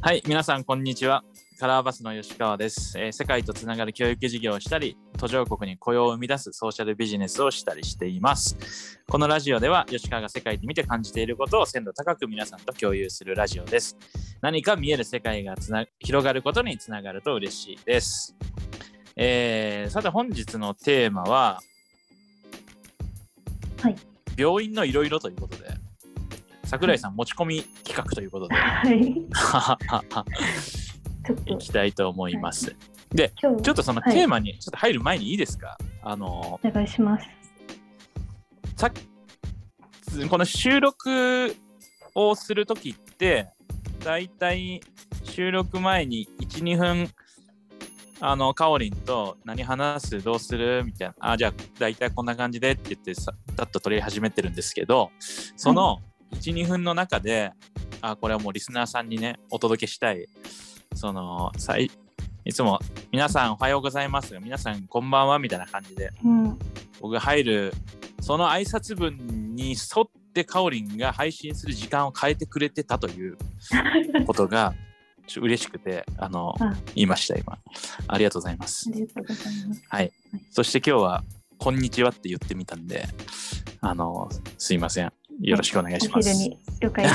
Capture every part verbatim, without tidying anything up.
はい、皆さんこんにちは。カラーバスの吉川です、えー、世界とつながる教育事業をしたり、途上国に雇用を生み出すソーシャルビジネスをしたりしています。このラジオでは吉川が世界で見て感じていることを鮮度高く皆さんと共有するラジオです。何か見える世界がつな広がることにつながると嬉しいです。えー、さて本日のテーマは、 はい、 病院のいろいろということで、桜井さん持ち込み企画ということで、 はい、 いきたいと思います。はい、で、ちょっとそのテーマにちょっと入る前にいいですか？はい、あのお願いします。 さこの収録をするときってだいたい収録前に いち,に 分あのカオリンと何話すどうするみたいな、あじゃあだいたいこんな感じでって言ってさだっと取り始めてるんですけど、そのいち、に 分の中であこれはもうリスナーさんにねお届けしたい、そのさいいつも皆さんおはようございます皆さんこんばんはみたいな感じで、うん、僕が入るその挨拶文に沿ってカオリンが配信する時間を変えてくれてたということがちょ嬉しくてあのあ言いました今。ありがとうございます。 ありがとうございます。 はい、はい、そして今日はこんにちはって言ってみたんで、あのすいません、よろしくお願いします。 お昼に了解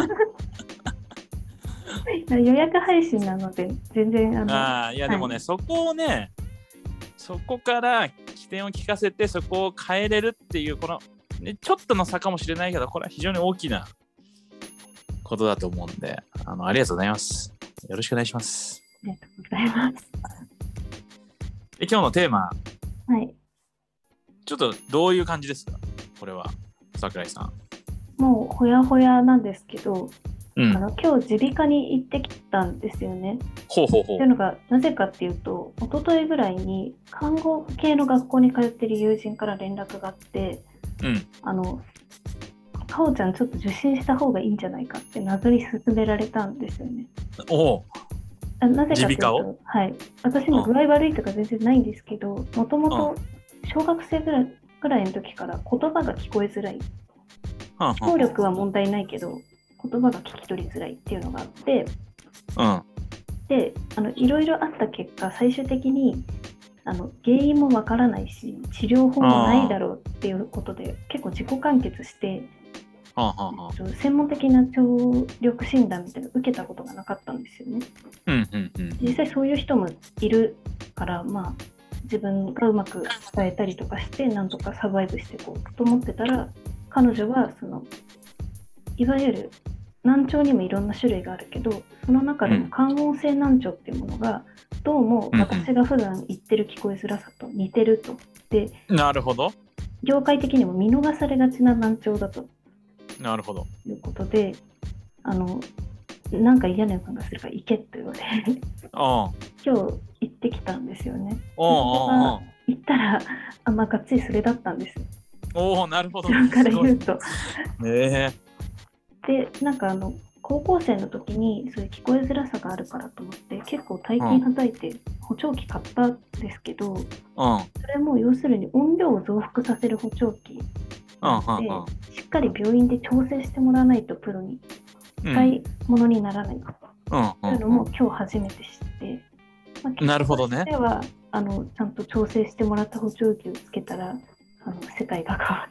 です予約配信なので全然あのあいやでもね、はい、そこをねそこから起点を聞かせてそこを変えれるっていうこの、ね、ちょっとの差かもしれないけどこれは非常に大きなことだと思うんで あのありがとうございます。よろしくお願いします。 ありがとうございます。 で今日のテーマ、 はい、 ちょっとどういう感じですかこれは桜井さん。 もうほやほやなんですけど、うん、あの今日耳鼻科に行ってきたんですよね。 ほうほうほう。 っていうのがなぜかっていうと、一昨日ぐらいに看護系の学校に通っている友人から連絡があって、うん、あのかおちゃんちょっと受診した方がいいんじゃないかって謎に勧められたんですよね。 おあなぜかというと、はい、私も具合悪いとか全然ないんですけど、もともと小学生ぐらい、ぐらいの時から言葉が聞こえづらい。聞こ力は問題ないけど言葉が聞き取りづらいっていうのがあって、うん、であのいろいろあった結果最終的にあの原因もわからないし治療法もないだろうっていうことで結構自己完結して、ああああ専門的な聴力診断みたいなのを受けたことがなかったんですよね、うんうんうん、実際そういう人もいるから、まあ、自分がうまく伝えたりとかしてなんとかサバイブしていこうと思ってたら、彼女はそのいわゆる難聴にもいろんな種類があるけどその中でも感音性難聴っていうものがどうも私が普段言ってる聞こえづらさと似てると。で、 なるほど。 業界的にも見逃されがちな難聴だと。 なるほど。 いうことで、あのなんか嫌な予感がするから行けと言われ今日行ってきたんですよね。行ったらあまあがっつりそれだったんです。 おお、なるほど。 自分から言うと。 ねで、なんかあの高校生の時にそういう聞こえづらさがあるからと思って結構大金はたいて補聴器買ったんですけど、うん、それも要するに音量を増幅させる補聴器なので、うんうんうん、しっかり病院で調整してもらわないとプロに使い物にならないと、うん、というのも今日初めて知って、まあ、 なるほどね。 結果としてはあのちゃんと調整してもらった補聴器をつけたらあの世界が変わった。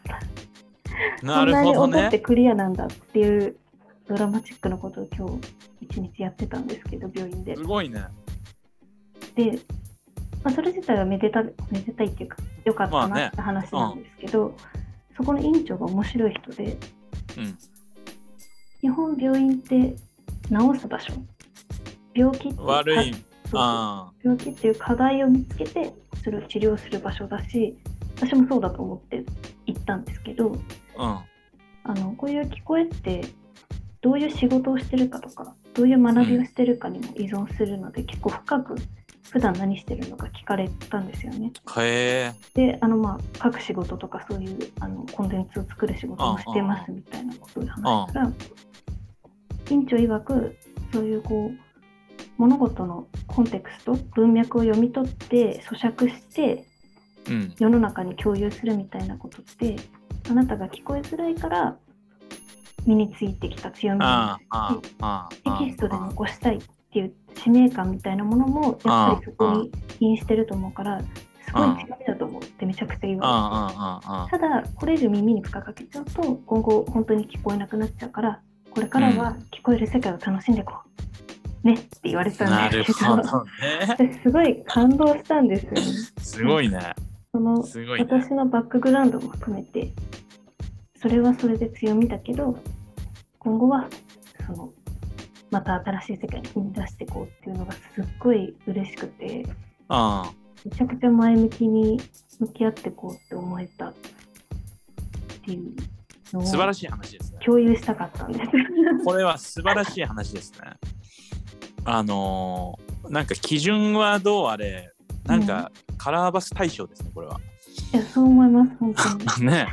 なるほどね。 こんなに音ってクリアなんだっていうドラマチックなことを今日一日やってたんですけど病院で。 すごいね。 で、まあ、それ自体はめでためでたいっていうか良かったなって話なんですけど、まあねうん、そこの院長が面白い人で、うん、日本病院って治す場所、病気って悪いあ病気っていう課題を見つけてそれを治療する場所だし、私もそうだと思って行ったんですけど、うん、あのこういう聞こえってどういう仕事をしてるかとかどういう学びをしてるかにも依存するので、うん、結構深く普段何してるのか聞かれたんですよね。 へであの、まあ、書く仕事とかそういうあのコンテンツを作る仕事もしてますみたいなことを話したら、院長曰くそういうこう物事のコンテクスト文脈を読み取って咀嚼してうん、世の中に共有するみたいなことってあなたが聞こえづらいから身についてきた強みなんですし、テキストで残したいっていう使命感みたいなものもやっぱりそこに起因してると思うから、すごい強みだと思うってめちゃくちゃ言われて、ただこれ以上耳に負荷かけちゃうと今後本当に聞こえなくなっちゃうから、これからは聞こえる世界を楽しんでいこう、ねって言われたんですけど、なるほどね、すごい感動したんですよね。 すごいね。 そのすごいね、私のバックグラウンドも含めてそれはそれで強みだけど、今後はそのまた新しい世界に踏み出していこうっていうのがすっごい嬉しくて、あめちゃくちゃ前向きに向き合っていこうって思えたっていうのを素晴らしい話ですね。 共有したかったんです。 これは素晴らしい話ですね。あのー、なんか基準はどうあれ、なんかカラーバス大賞ですね、これは。 いや、そう思います、本当に。 ね。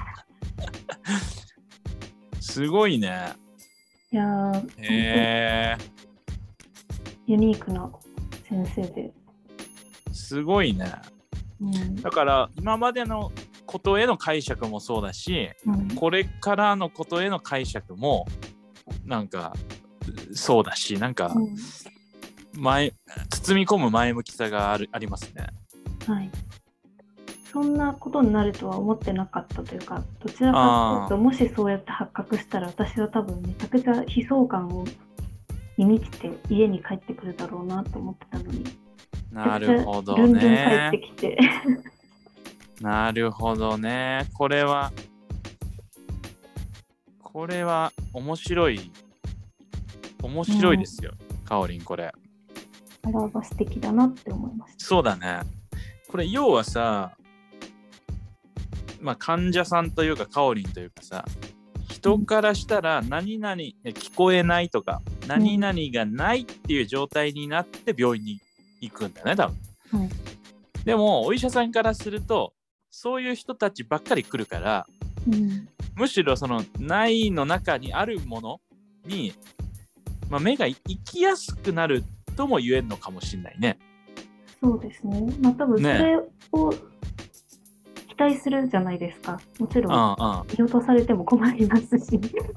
すごいね。 いやー、 へー、 ユニークな先生で。 すごいね。うん、だから今までのことへの解釈もそうだし、うん、これからのことへの解釈もなんかそうだし、なんか前、うん、包み込む前向きさがあるありますね。 はい。そんなことになるとは思ってなかったというか、どちらかというともしそうやって発覚したら私は多分めちゃくちゃ悲壮感をに満ちて家に帰ってくるだろうなと思ってたのに、 なるほどね。 ルンルン帰ってきてなるほどね。これはこれは面白い面白いですよ、うん、かおりん、これあらば素敵だなって思いました。 そうだね。これ要はさ、まあ患者さんというかかおりんというかさ、人からしたら何々聞こえないとか、うん、何々がないっていう状態になって病院に行くんだよね、多分、うん、でもお医者さんからするとそういう人たちばっかり来るから、うん、むしろそのないの中にあるものに、まあ、目が行きやすくなるとも言えるのかもしれないね。 そうですね。まあ多分それを期待するじゃないですか。もちろん見落とされても困りますし。だ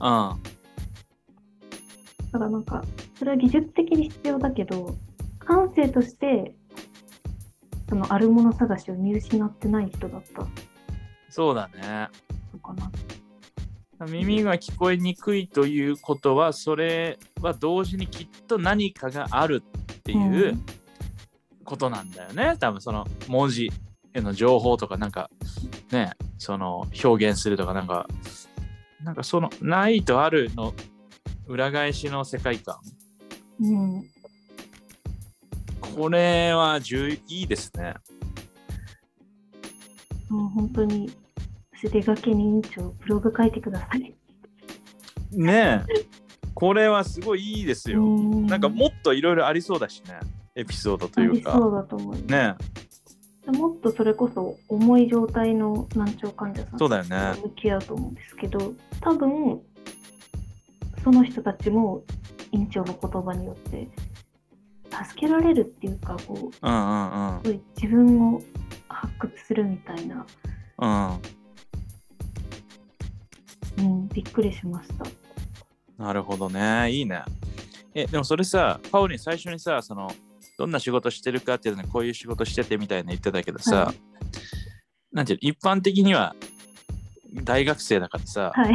からなんかそれは技術的に必要だけど、感性としてそのあるもの探しを見失ってない人だった。 そうだね。 そうかな。 耳が聞こえにくいということは、それは同時にきっと何かがあるっていうことなんだよね、うん、多分その文字への情報とかなんかね、その表現するとかなんかなんかそのないとあるの裏返しの世界観、うん、これは重いいですね。 もう本当に手書きに委員長ブログ書いてくださいねえ、これはすごいいいですよ。んなんかもっといろいろありそうだしね、エピソードというか。 ありそうだと思いますね。もっとそれこそ重い状態の難聴患者さんと向き合うと思うんですけど、多分その人たちも院長の言葉によって助けられるっていうか、こう、うんうんうん、すごい自分を発掘するみたいな、うんうん、びっくりしました。 なるほどね、いいね。え、でもそれさ、パウリン最初にさ、そのどんな仕事してるかっていうのにこういう仕事しててみたいな言ってたけどさ、はい、なんていうの、一般的には大学生だからさ、はい、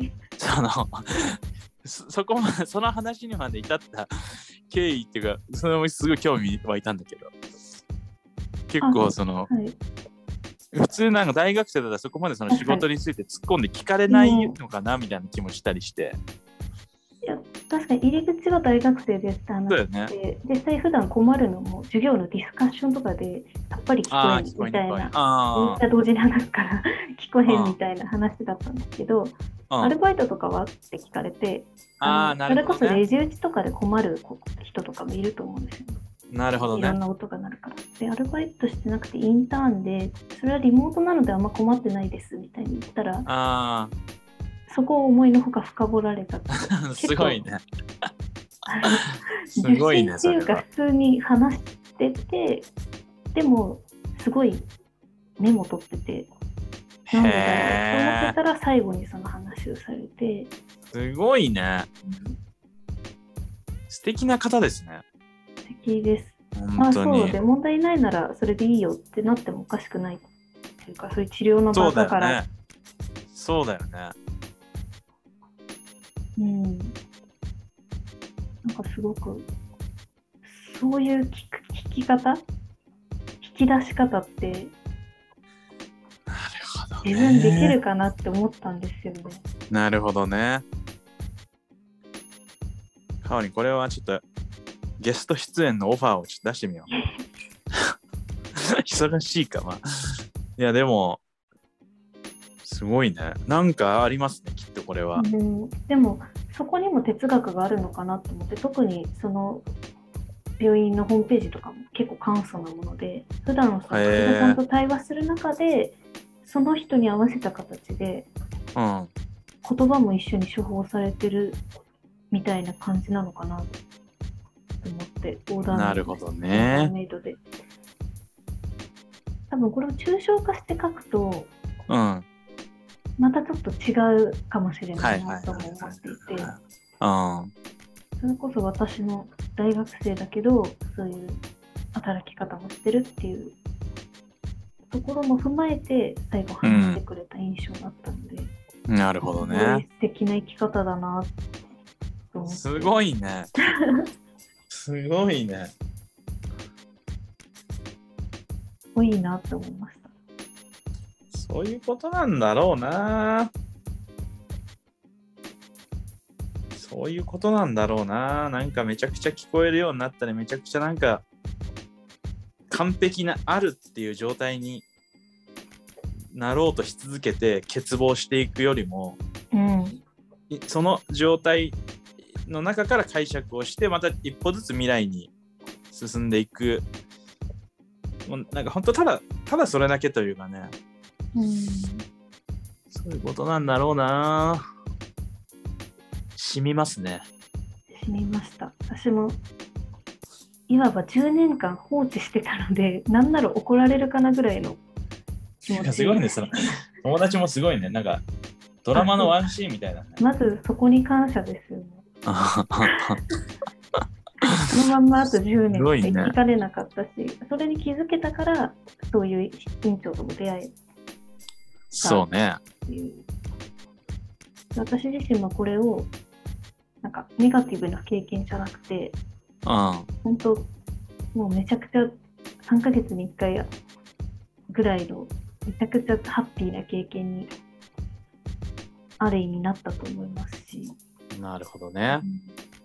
そのそ, そこまでその話にまで至った経緯っていうか、それもすごい興味湧いたんだけど、結構その、はい、普通なんか大学生だったらそこまでその仕事について突っ込んで聞かれないのかなみたいな気もしたりして。 いや、確かに入り口は大学生でした話で、ね、実際普段困るのも授業のディスカッションとかでやっぱり聞こえんみたいな、みんな同時に話すから聞こえへんみたいな話だったんですけど、アルバイトとかはって聞かれて、ああ、それこそレジ打ちとかで困る人とかもいると思うんですよ。 なるほどね。 いろんな音が鳴るから。で、アルバイトしてなくてインターンで、それはリモートなのであんま困ってないですみたいに言ったら、あそこを思いのほか深掘られたってすごいね。 すごいね。受信っていうか普通に話してて、でもすごいメモ取ってて、なんでだろうと思ってたら最後にその話をされて、 すごいね。素敵な方ですね。 素敵です。 本当に。 まあそうで、問題ないならそれでいいよってなってもおかしくないっていうか、そういう治療の場だから。 そうだよね。そうだよね。 うん。なんかすごく、そういう聞く聞き方引き出し方って、 なるほどね。 自分できるかなって思ったんですよね。 なるほどね。かおりん、これはちょっとゲスト出演のオファーをちょっと出してみよう。忙しいか、まあ。いや、でも、すごいね。なんかありますね、きっとこれは。 うん、でも、そこにも哲学があるのかなと思って、特にその病院のホームページとかも結構簡素なもので、普段その患者さんと対話する中で、その人に合わせた形で、 うん、 言葉も一緒に処方されてるみたいな感じなのかなと思って、オーダーメイドで。 なるほどね。 メイドで。多分これを抽象化して書くと、 うん、 またちょっと違うかもしれないなとも思っていて、それこそ私の大学生だけど、そういう働き方もしてるっていうところも踏まえて最後話してくれた印象だったので、 うん、なるほどね。 すごい素敵な生き方だなと思って。 すごいね。すごいね。 すごいなと思いました。 そういうことなんだろうな。そういうことなんだろうな。なんかめちゃくちゃ聞こえるようになったり、めちゃくちゃなんか完璧なあるっていう状態になろうとし続けて欠乏していくよりも、 うん、 その状態の中から解釈をしてまた一歩ずつ未来に進んでいく。もうなんか本当ただただそれだけというかね、 うん、 そういうことなんだろうな。染みますね。 染みました。私もいわばじゅうねんかん放置してたので、なんなら怒られるかなぐらいの気持ち。 すごいね、その友達もすごいね、なんかドラマのワンシーンみたいなね。 まずそこに感謝ですよね。そのまんまあとじゅうねん生きかねなかったし、ね、それに気づけたからそういう院長とも出会えた。 そうね。 私自身もこれをなんかネガティブな経験じゃなくて、 うん、 本当もうめちゃくちゃさんかげつにいっかいぐらいのめちゃくちゃハッピーな経験にある意味なったと思いますし。 なるほどね。うん、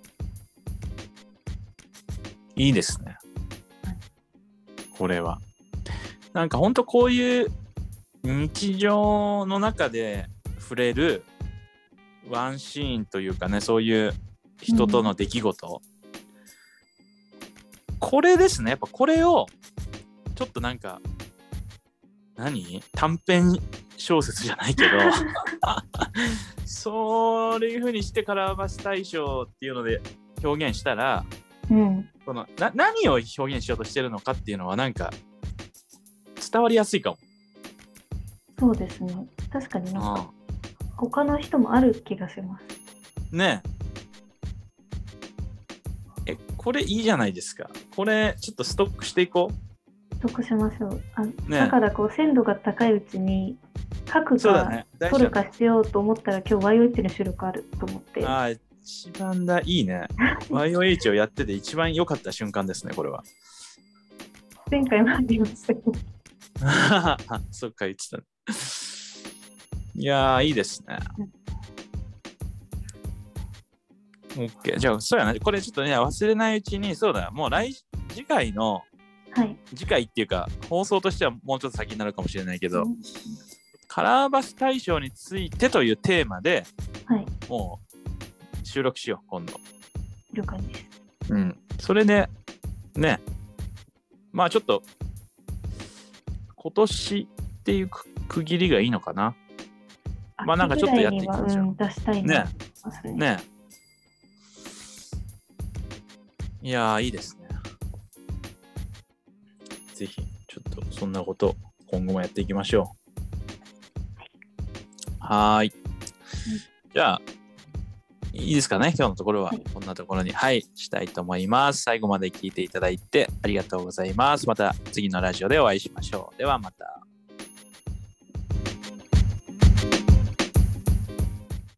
いいですね。これは。なんか本当こういう日常の中で触れるワンシーンというかね、そういう人との出来事、うん、これですね。やっぱこれをちょっとなんか何短編小説じゃないけどそういう風にしてカラーバス大賞っていうので表現したら、 うん、 このな何を表現しようとしてるのかっていうのはなんか伝わりやすいかも。 そうですね。確かになんか他の人もある気がします。 ねえ。え、これいいじゃないですか。これちょっとストックしていこう。 ストックしましょう。あ、ね、だからこう鮮度が高いうちに書くか、ね、取るかしてようと思ったら今日 ワイオーエイチ の収録あると思って。 ああ、一番だ、いいね。ワイオーエイチ をやってて一番良かった瞬間ですね、これは。 前回もありましたけど。 そっか、言ってた。いやー、いいですね。オッケー。じゃあ、そうやな。これちょっとね、忘れないうちに、そうだよ。もう来、次回の、 はい、 次回っていうか、放送としてはもうちょっと先になるかもしれないけど、うん、カラーバス大賞についてというテーマで、 はい、 もう収録しよう、今度。 了解です。 うん。それで、ね、まあちょっと、今年っていう区切りがいいのかな。まあなんかちょっとやっていきましょう。 うん、出したいね。 ね。ね。いやー、いいですね。ぜひ、ちょっとそんなこと今後もやっていきましょう。はい。はーい。じゃあ、 いいですかね、今日のところはこんなところに、はい、したいと思います。最後まで聞いていただいてありがとうございます。また次のラジオでお会いしましょう。ではまた。